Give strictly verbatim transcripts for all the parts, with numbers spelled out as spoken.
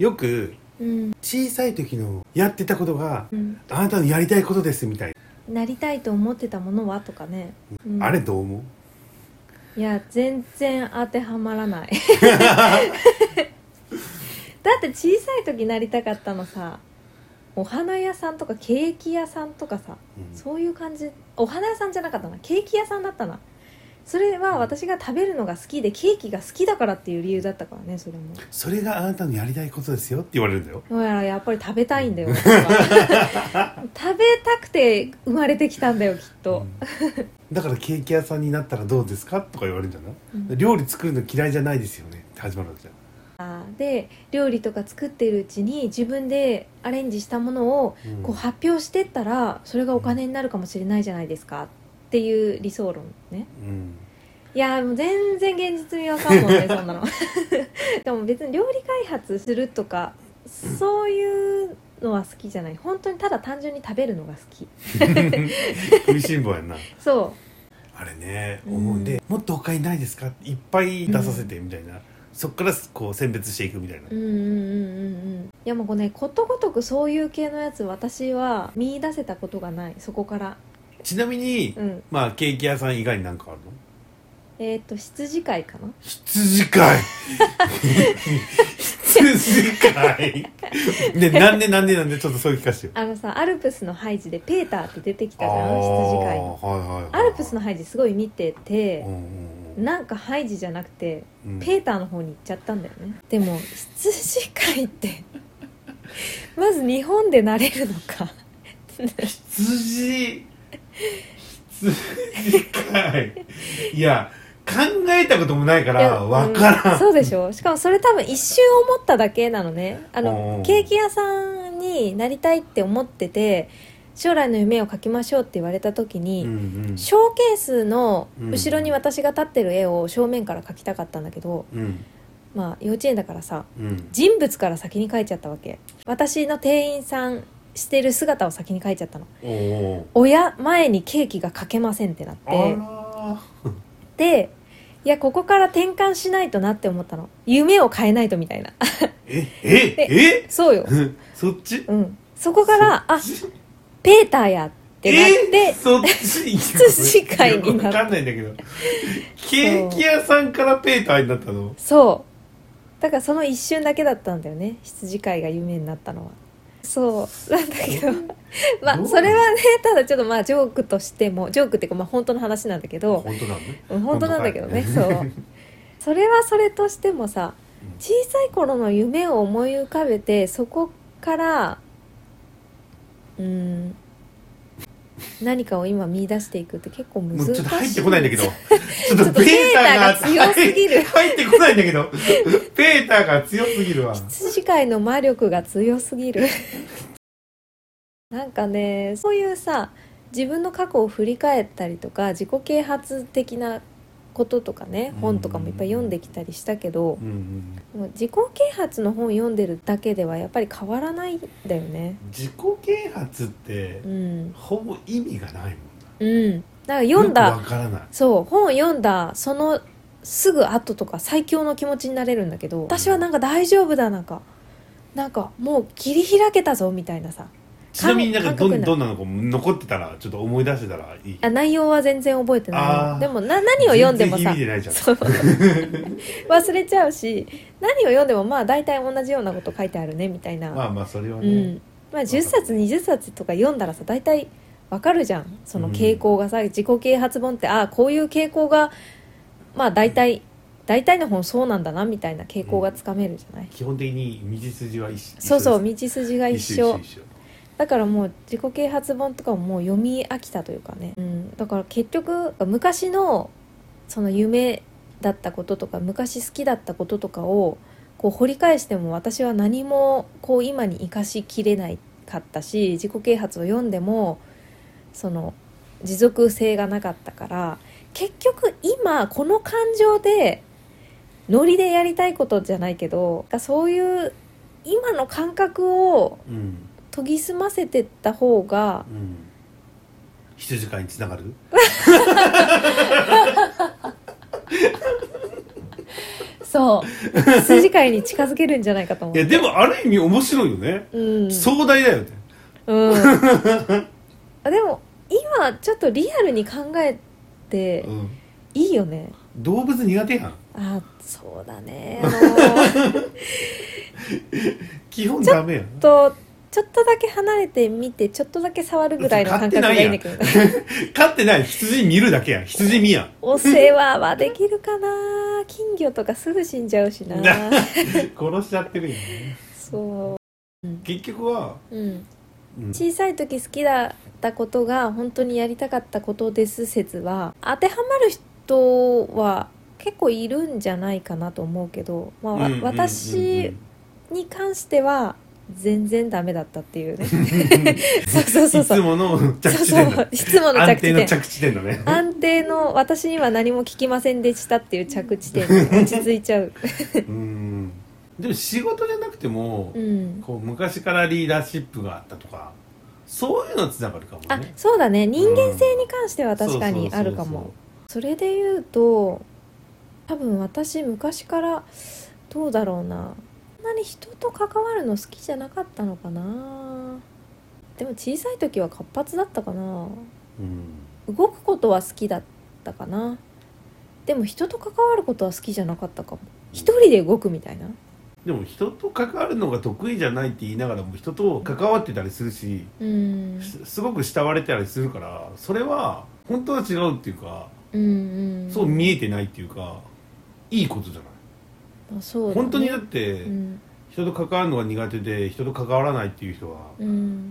よく、うん、小さい時のやってたことが、うん、あなたのやりたいことですみたいな。なりたいと思ってたものはとかね、 うん、あれどう思う？いや全然当てはまらないだって小さい時なりたかったのさ、お花屋さんとかケーキ屋さんとかさ、うん、そういう感じ。お花屋さんじゃなかったな、ケーキ屋さんだったな。それは私が食べるのが好きでケーキが好きだからっていう理由だったからね。それもそれがあなたのやりたいことですよって言われるんだよ。 いややっぱり食べたいんだよ、うん、食べたくて生まれてきたんだよきっと、 うん、だからケーキ屋さんになったらどうですかとか言われるんじゃない、うん、料理作るの嫌いじゃないですよねって始まるわけじゃん。 で料理とか作っているうちに自分でアレンジしたものをこう発表してったらそれがお金になるかもしれないじゃないですかっていう理想論ね、うん、いやもう全然現実味わかんもんねそんなのでも別に料理開発するとかそういうのは好きじゃない。本当にただ単純に食べるのが好き食いしん坊やんな。 そうあれね思うんで、うん、もっと他にないですかいっぱい出させてみたいな、うん、そっからこう選別していくみたいな。 うんうんうんうん。いやもうねことごとくそういう系のやつ私は見出せたことがない。そこから。 ちなみに、うん、まあケーキ屋さん以外に何かあるの？ えっ、ー、と羊飼いかな。 羊飼い羊飼いね、なんでなんでなんでちょっとそういう聞かせてよ。 あのさアルプスのハイジでペーターって出てきたじゃん、羊飼いの、はいはいはいはい、アルプスのハイジすごい見てて、うんうん、なんかハイジじゃなくて、うん、ペーターの方に行っちゃったんだよね。でも羊飼いってまず日本でなれるのか羊羊飼いいや考えたこともないから分からん、 うん、そうでしょ。しかもそれ多分一瞬思っただけなのね。あのケーキ屋さんになりたいって思ってて将来の夢を描きましょうって言われた時に、うんうん、ショーケースの後ろに私が立ってる絵を正面から描きたかったんだけど、うん、まあ幼稚園だからさ、うん、人物から先に描いちゃったわけ。私の店員さんしてる姿を先に描いちゃったの。親前にケーキが描けませんってなってでいやここから転換しないとなって思ったの。夢を変えないとみたいなえええそうよそっち、 うん、そこからあペーターやってなってそっち羊飼いになった。 分かんないんだけどケーキ屋さんからペーターになったの？ そうだからその一瞬だけだったんだよね、羊飼いが夢になったのは。そうなんだけどまあそれはねただちょっとまあジョークとしてもジョークっていうかまあ本当の話なんだけど本当なんね本当なんだけどねそうそれはそれとしてもさ小さい頃の夢を思い浮かべてそこからうーん何かを今見出していくって結構難しい。 もうちょっと入ってこないんだけどちょっとペーターが強すぎる入ってこないんだけどペーターが強すぎるわ。 羊飼いの魔力が強すぎるなんかねそういうさ自分の過去を振り返ったりとか自己啓発的なこととかね本とかもいっぱい読んできたりしたけど、うんうん、もう自己啓発の本読んでるだけではやっぱり変わらないんだよね。 自己啓発って、うん、ほぼ意味がないもんな。 うんだから読んだよくわからない。 そう本を読んだそのすぐ後とか最強の気持ちになれるんだけど、私はなんか大丈夫だなんかなんかもう切り開けたぞみたいなさ。 ちなみになんか ど, どんなのか残ってたらちょっと思い出せたらいい。 あ内容は全然覚えてない。でもな何を読んでもさ忘れちゃうし何を読んでもまあ大体同じようなこと書いてあるねみたいな。 まあまあそれはね、 うんまあ、じゅっさつにじゅっさつとか読んだらさ大体わかるじゃんその傾向がさ、うん、自己啓発本ってあこういう傾向がまあ大体大体の本そうなんだなみたいな傾向がつかめるじゃない、うん、 基本的に道筋は一緒。 そうそう道筋が一緒。 一緒一緒一緒だからもう自己啓発本とかももう読み飽きたというかね、うん、だから結局昔のその夢だったこととか昔好きだったこととかをこう掘り返しても私は何もこう今に生かしきれないかったし自己啓発を読んでもその持続性がなかったから結局今この感情でノリでやりたいことじゃないけどそういう今の感覚を、うん研ぎ澄ませてった方が、うん、 羊飼いにつながるそう羊飼いに近づけるんじゃないかと思って。 いやでもある意味面白いよね、 うん、 壮大だよね。 うんあでも今ちょっとリアルに考えてうん、 いいよね。 動物苦手やん。 あそうだねあの基本ダメやん。 とちょっとだけ離れて見てちょっとだけ触るぐらいの感覚がいいんだけど飼ってない羊見るだけやん。羊見やん。 お世話はできるかな。金魚とかすぐ死んじゃうしな殺しちゃってるよね。 そう、うん結局は、 うん、 うん、 小さい時好きだったことが本当にやりたかったことです説は当てはまる人は結構いるんじゃないかなと思うけど、まあ、 うんうんうんうん、 私に関しては全然ダメだったっていうねそうそうそうそういつもの着地点だ。 そうそういつもの着地点安定の着地点だね。 安定の私には何も聞きませんでしたっていう着地点に落ち着いちゃううんでも仕事じゃなくても、 うん、 こう昔からリーダーシップがあったとかそういうのつながるかもね。 あそうだね、人間性に関しては確かにあるかも、うん、それで言うと多分私昔からどうだろうな、そんなに人と関わるの好きじゃなかったのかな。でも小さい時は活発だったかな、うん、動くことは好きだったかな。でも人と関わることは好きじゃなかったかも。一人で動くみたいな。 でも人と関わるのが得意じゃないって言いながらも人と関わってたりするし、うん、すごく慕われたりするから、それは本当は違うっていうか、うんうん、そう見えてないっていうかいいことじゃない。あ、そうだね、本当にだって、うん、人と関わるのが苦手で人と関わらないっていう人は、うん、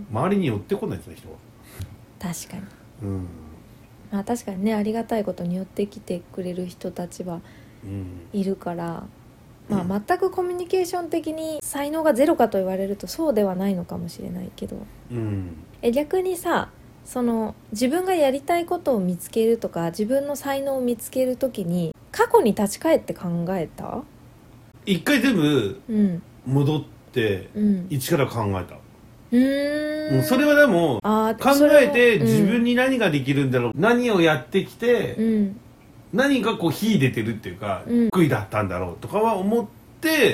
周りに寄ってこないですね、人は。 確かに、 うん、 まあ、確かにね、ありがたいことに寄ってきてくれる人たちはいるから、うん、まあ、全くコミュニケーション的に才能がゼロかと言われるとそうではないのかもしれないけど、うん、え逆にさ、その自分がやりたいことを見つけるとか自分の才能を見つけるときに過去に立ち返って考えた？ 一回全部戻って一から考えた、うん、うーん、もうそれはでも考えて自分に何ができるんだろう、うん、何をやってきて、うん、何がこう秀でてるっていうか、うん、得意だったんだろうとかは思って、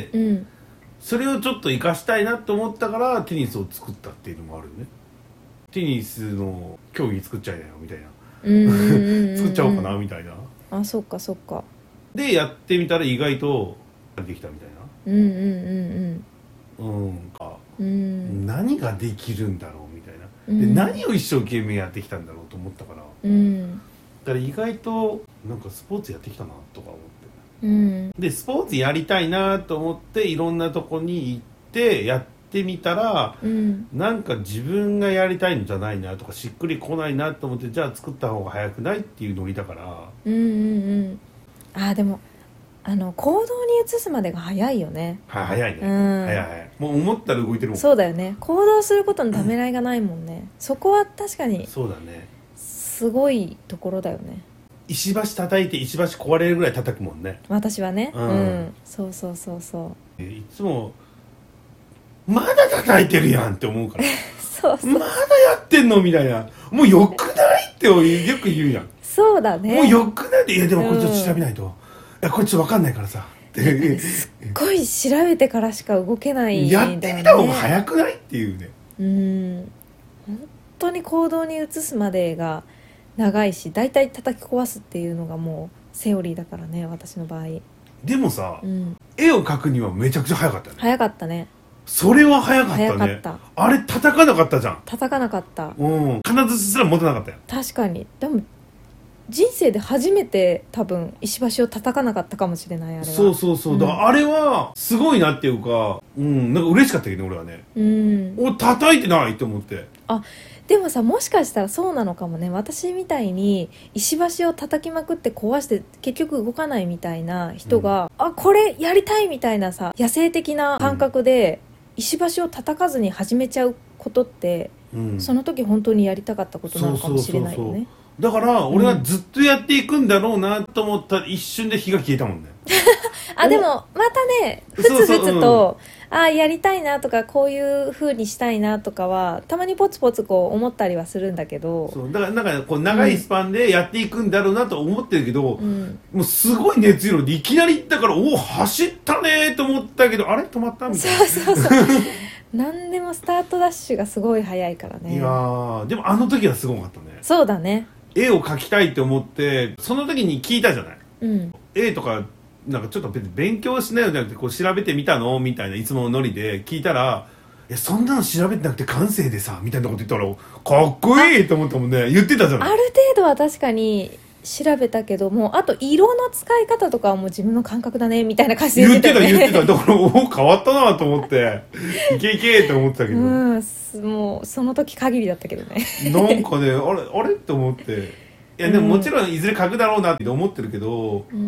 うん、それをちょっと活かしたいなと思ったからテニスを作ったっていうのもあるよね。テニスの競技作っちゃいなよみたいな、作っちゃおうかなみたいな。 あ、そっかそっか。 でやってみたら意外とできたみたいな。うんうんうんうん。うんか、うん、何ができるんだろうみたいな。で、うん、何を一生懸命やってきたんだろうと思ったから。うん。だから意外となんかスポーツやってきたなとか思って。うん。でスポーツやりたいなと思っていろんなとこに行ってやってみたら、うん、なんか自分がやりたいんじゃないなとかしっくりこないなと思って、じゃあ作った方が早くないっていうノリだから。うんうんうん。あ、でも。あの行動に移すまでが早いよね。は早いね、うん、早い早い。もう思ったら動いてるもん。そうだよね。行動することのためらいがないもんね、うん、そこは確かにそうだね、すごいところだよね。石橋叩いて石橋壊れるぐらい叩くもんね、私はね、うん、うん、そうそうそうそう。いつもまだ叩いてるやんって思うからそうそう、まだやってんのみたいな。もうよくないってよく言うやん。そうだね、もうよくないって。いやでもこれちょっと調べないと、うん、いやこれちょっと分かんないからさすっごい調べてからしか動けないんだよね。やってみた方が早くないっていうね。うん本当に行動に移すまでが長いし、だいたい叩き壊すっていうのがもうセオリーだからね、私の場合。でもさ、うん、絵を描くにはめちゃくちゃ早かったよね。早かったね。それは早かったね。早かった。あれ叩かなかったじゃん。叩かなかった。うん。金槌すら持てなかったよ。確かに。でも人生で初めて多分石橋を叩かなかったかもしれない。あれはそうそうそう、うん、だからあれはすごいなっていうか、うんなんか嬉しかったけど、ね、俺はね、うん、お叩いてないと思って。あでもさ、もしかしたらそうなのかもね。私みたいに石橋を叩きまくって壊して結局動かないみたいな人が、うん、あこれやりたいみたいなさ、野生的な感覚で石橋を叩かずに始めちゃうことって、うん、その時本当にやりたかったことなのかもしれないよね。そうそうそうそう、 だから俺はずっとやっていくんだろうなと思ったら一瞬で火が消えたもんねあでもまたねふつふつとあやりたいなとかこういう風にしたいなとかはたまにポツポツこう思ったりはするんだけど、 そうだからなんかこう長いスパンでやっていくんだろうなと思ってるけど、 うん、 もうすごい熱量でいきなり行ったからおお走ったねと思ったけどあれ止まったみたいな。 そうそうそう何でもスタートダッシュがすごい早いからね。 いやーでもあの時はすごかったね。 そうだね。 絵を描きたいって思ってその時に聞いたじゃない、 うん、 絵とかなんかちょっと別に勉強しないようじゃなくてこう調べてみたのみたいないつものノリで聞いたらいやそんなの調べてなくて感性でさみたいなこと言ったらかっこいいと思ったもんね。言ってたじゃない。 ある程度は確かに調べたけどもあと色の使い方とかはもう自分の感覚だねみたいな感じで言ってたよね。 言ってた言ってた。だからお変わったなと思っていけいけと思ってたけど、 うんもうその時限りだったけどねなんかねあれあれって思って。いやでももちろんいずれ描くだろうなって思ってるけど、うん、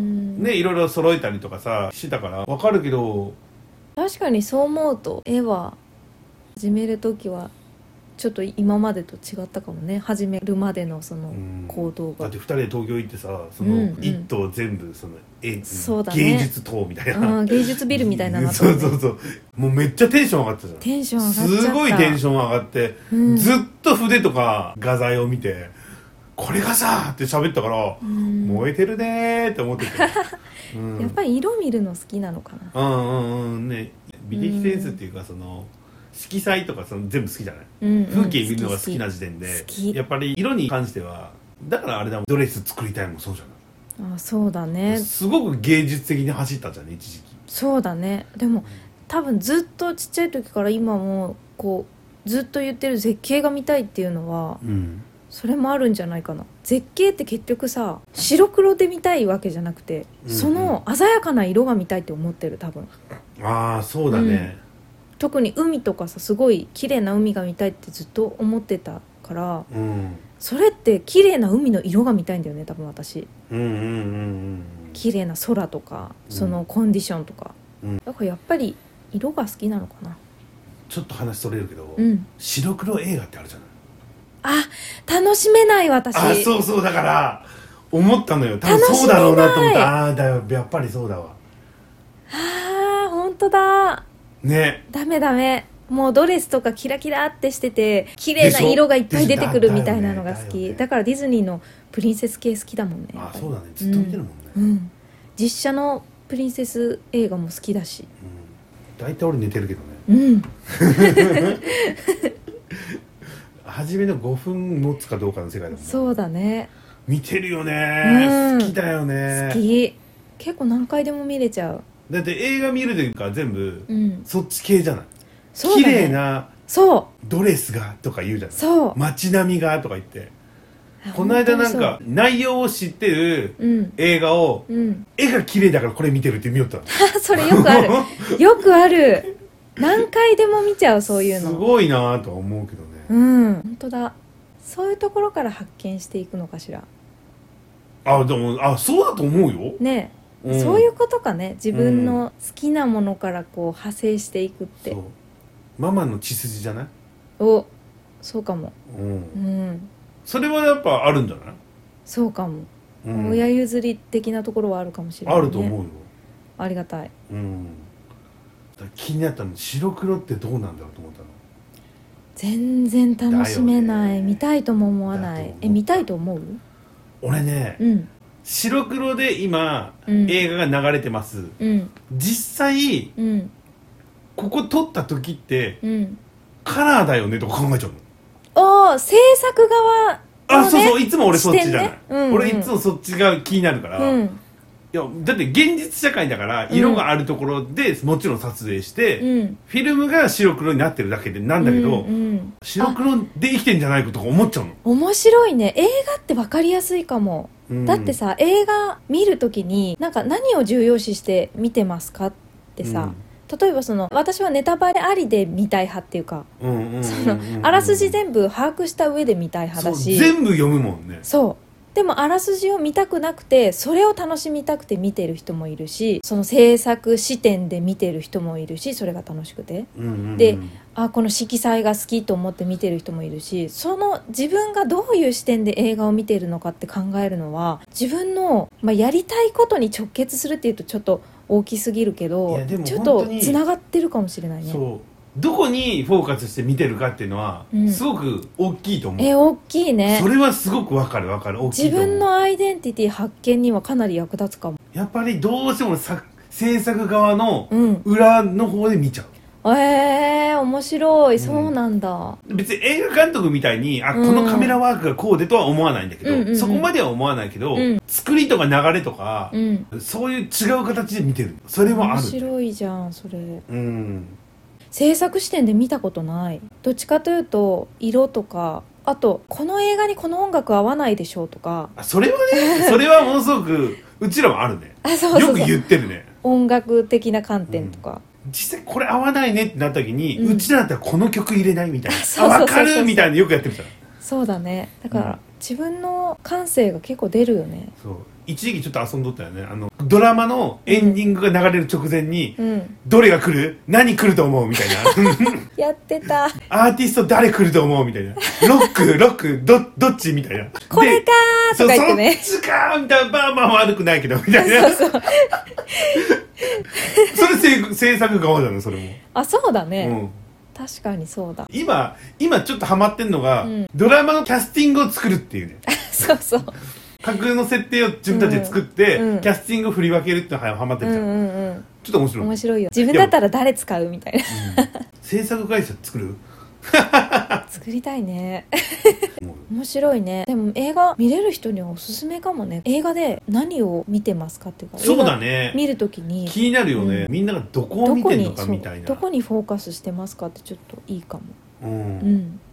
ねいろいろ揃えたりとかさしてたから分かるけど確かにそう思うと絵は始める時はちょっと今までと違ったかもね。始めるまでのその行動が、うん、 だってふたりで東京行ってさその一棟全部その絵、 そうだね、 芸術棟みたいな、 うん、芸術ビルみたいななった、ね、 そうそうそうもうめっちゃテンション上がってたじゃん。 テンション上がっちゃった。 すごいテンション上がって、うん、ずっと筆とか画材を見てこれがさって喋ったから、うん、燃えてるねーって思ってて、 うん、やっぱり色見るの好きなのかな。 うんうんうんね美的センスっていうかその色彩とかその全部好きじゃない、うんうん、風景見るのが好きな時点でやっぱり色に関してはだからあれだもんドレス作りたいもそうじゃない。 あそうだね。 すごく芸術的に走ったじゃんね一時期。 そうだね。でも多分ずっとちっちゃい時から今もこうずっと言ってる絶景が見たいっていうのは、うんそれもあるんじゃないかな。絶景って結局さ白黒で見たいわけじゃなくて、うんうん、その鮮やかな色が見たいって思ってる多分。 ああそうだね、 うん、特に海とかさすごい綺麗な海が見たいってずっと思ってたから、うん、それって綺麗な海の色が見たいんだよね多分私。うんうんうんうん、綺麗な空とかそのコンディションとか、うん、だからやっぱり色が好きなのかな。 ちょっと話それるけど、うん、白黒映画ってあるじゃない。 あ、楽しめない私。 あ、そうそうだから思ったのよ。多分そうだろうなと思った。ああだよやっぱりそうだわ。 あー本当だね。 ダメダメ。もうドレスとかキラキラってしてて綺麗な色がいっぱい出てくるみたいなのが好き だ, だ, だ, だ, ね、だからディズニーのプリンセス系好きだもんね。 あそうだねずっと見てるもんね、 うんうん、実写のプリンセス映画も好きだし、 うん、大体俺寝てるけどね。 うん初めのごふん持つかどうかの世界だもんね。 そうだね。 見てるよね、うん、好きだよね。 好き。結構何回でも見れちゃう。 だって映画見るというか全部、うん、そっち系じゃない。 そうだね、 綺麗なドレスがとか言うじゃない。 そう街並みがとか言って。この間なんか内容を知ってる映画を、うん、絵が綺麗だからこれ見てるって見よったのそれよくあるよくある。何回でも見ちゃうそういうの。 すごいなとは思うけどね。 うん本当だ。そういうところから発見していくのかしら。 あでもあそうだと思うよね、うん、そういうことかね。自分の好きなものからこう派生していくって、うん、 そうママの血筋じゃない。 おそうかも、 うんうん、それはやっぱあるんじゃない。 そうかも、うん、親譲り的なところはあるかもしれない、ね、 あると思うよ。 ありがたい、 うん、だ気になったの白黒ってどうなんだろうと思ったの。 全然楽しめない、見たいとも思わない。え見たいと思う。 俺ね、うん、白黒で今、うん、映画が流れてます、うん、実際、うん、ここ撮った時って、うん、カラーだよねとか考えちゃうの。お制作側、ね、 あそうそういつも俺そっちじゃない、 ねうんうん、 俺いつもそっちが気になるから、うんいやだって現実社会だから色があるところでもちろん撮影して、うん、フィルムが白黒になってるだけでなんだけど、うんうん、白黒で生きてんじゃないかとか思っちゃうの。面白いね。映画って分かりやすいかも、うん、だってさ映画見るときになんか何を重要視して見てますかってさ、うん例えばその私はネタバレありで見たい派っていうか、うんうんうんうん、そのあらすじ全部把握した上で見たい派だし全部読むもんね。 そうでもあらすじを見たくなくてそれを楽しみたくて見てる人もいるし、その制作視点で見てる人もいるし、それが楽しくて、 うんうんうん、 であこの色彩が好きと思って見てる人もいるし、その自分がどういう視点で映画を見てるのかって考えるのは自分の、まあ、やりたいことに直結するっていうとちょっと大きすぎるけど、ちょっとつながってるかもしれないね。 そうどこにフォーカスして見てるかっていうのは、うん、すごく大きいと思う。 え大きいね。 それはすごくわかるわかる。大きいと思う。 自分のアイデンティティ発見にはかなり役立つかも。 やっぱりどうしてもさ制作側の裏の方で見ちゃう、 うん、えー、面白い、うん、そうなんだ。 別に映画監督みたいにあ、うん、このカメラワークがこうでとは思わないんだけど、うんうんうん、そこまでは思わないけど、うん、作りとか流れとか、うん、そういう違う形で見てる。それもある。面白いじゃんそれ。 うん制作視点で見たことない。どっちかというと色とか、あとこの映画にこの音楽合わないでしょうとか。 それはねそれはものすごくうちらもあるね。 あそうそうそう、 よく言ってるね。 音楽的な観点とか、 うん、実際これ合わないねってなった時に、うん、うちらだったらこの曲入れないみたいな、あ分かるみたいなよくやってるじゃん。 そうだね。だから、うん、自分の感性が結構出るよね。 そう一時期ちょっと遊んどったよね。あのドラマのエンディングが流れる直前に、うん、どれが来る何来ると思うみたいなやってた。 アーティスト誰来ると思うみたいな、ロックロック ど, どっちみたいな、 これかーとか言ってね、 そっちかーみたいな、まあまあ悪くないけどみたいなそうそうそれ制作側だねそれも。あそうだね、うん確かにそうだ。 今今ちょっとハマってんのが、うん、ドラマのキャスティングを作るっていうねそうそう架空の設定を自分たちで作って、うん、キャスティングを振り分けるっていうのがハマってるじゃん、うんうんうん、ちょっと面白い。 面白いよ。自分だったら誰使うみたいな、うん、 制作会社作る作りたいね面白いね。でも映画見れる人にはおすすめかもね。映画で何を見てますかっていうか、 そうだね、 見るときに気になるよね、うん、みんながどこを見てるのかみたいな、 どこにフォーカスしてますかってちょっといいかも。 うん、 うん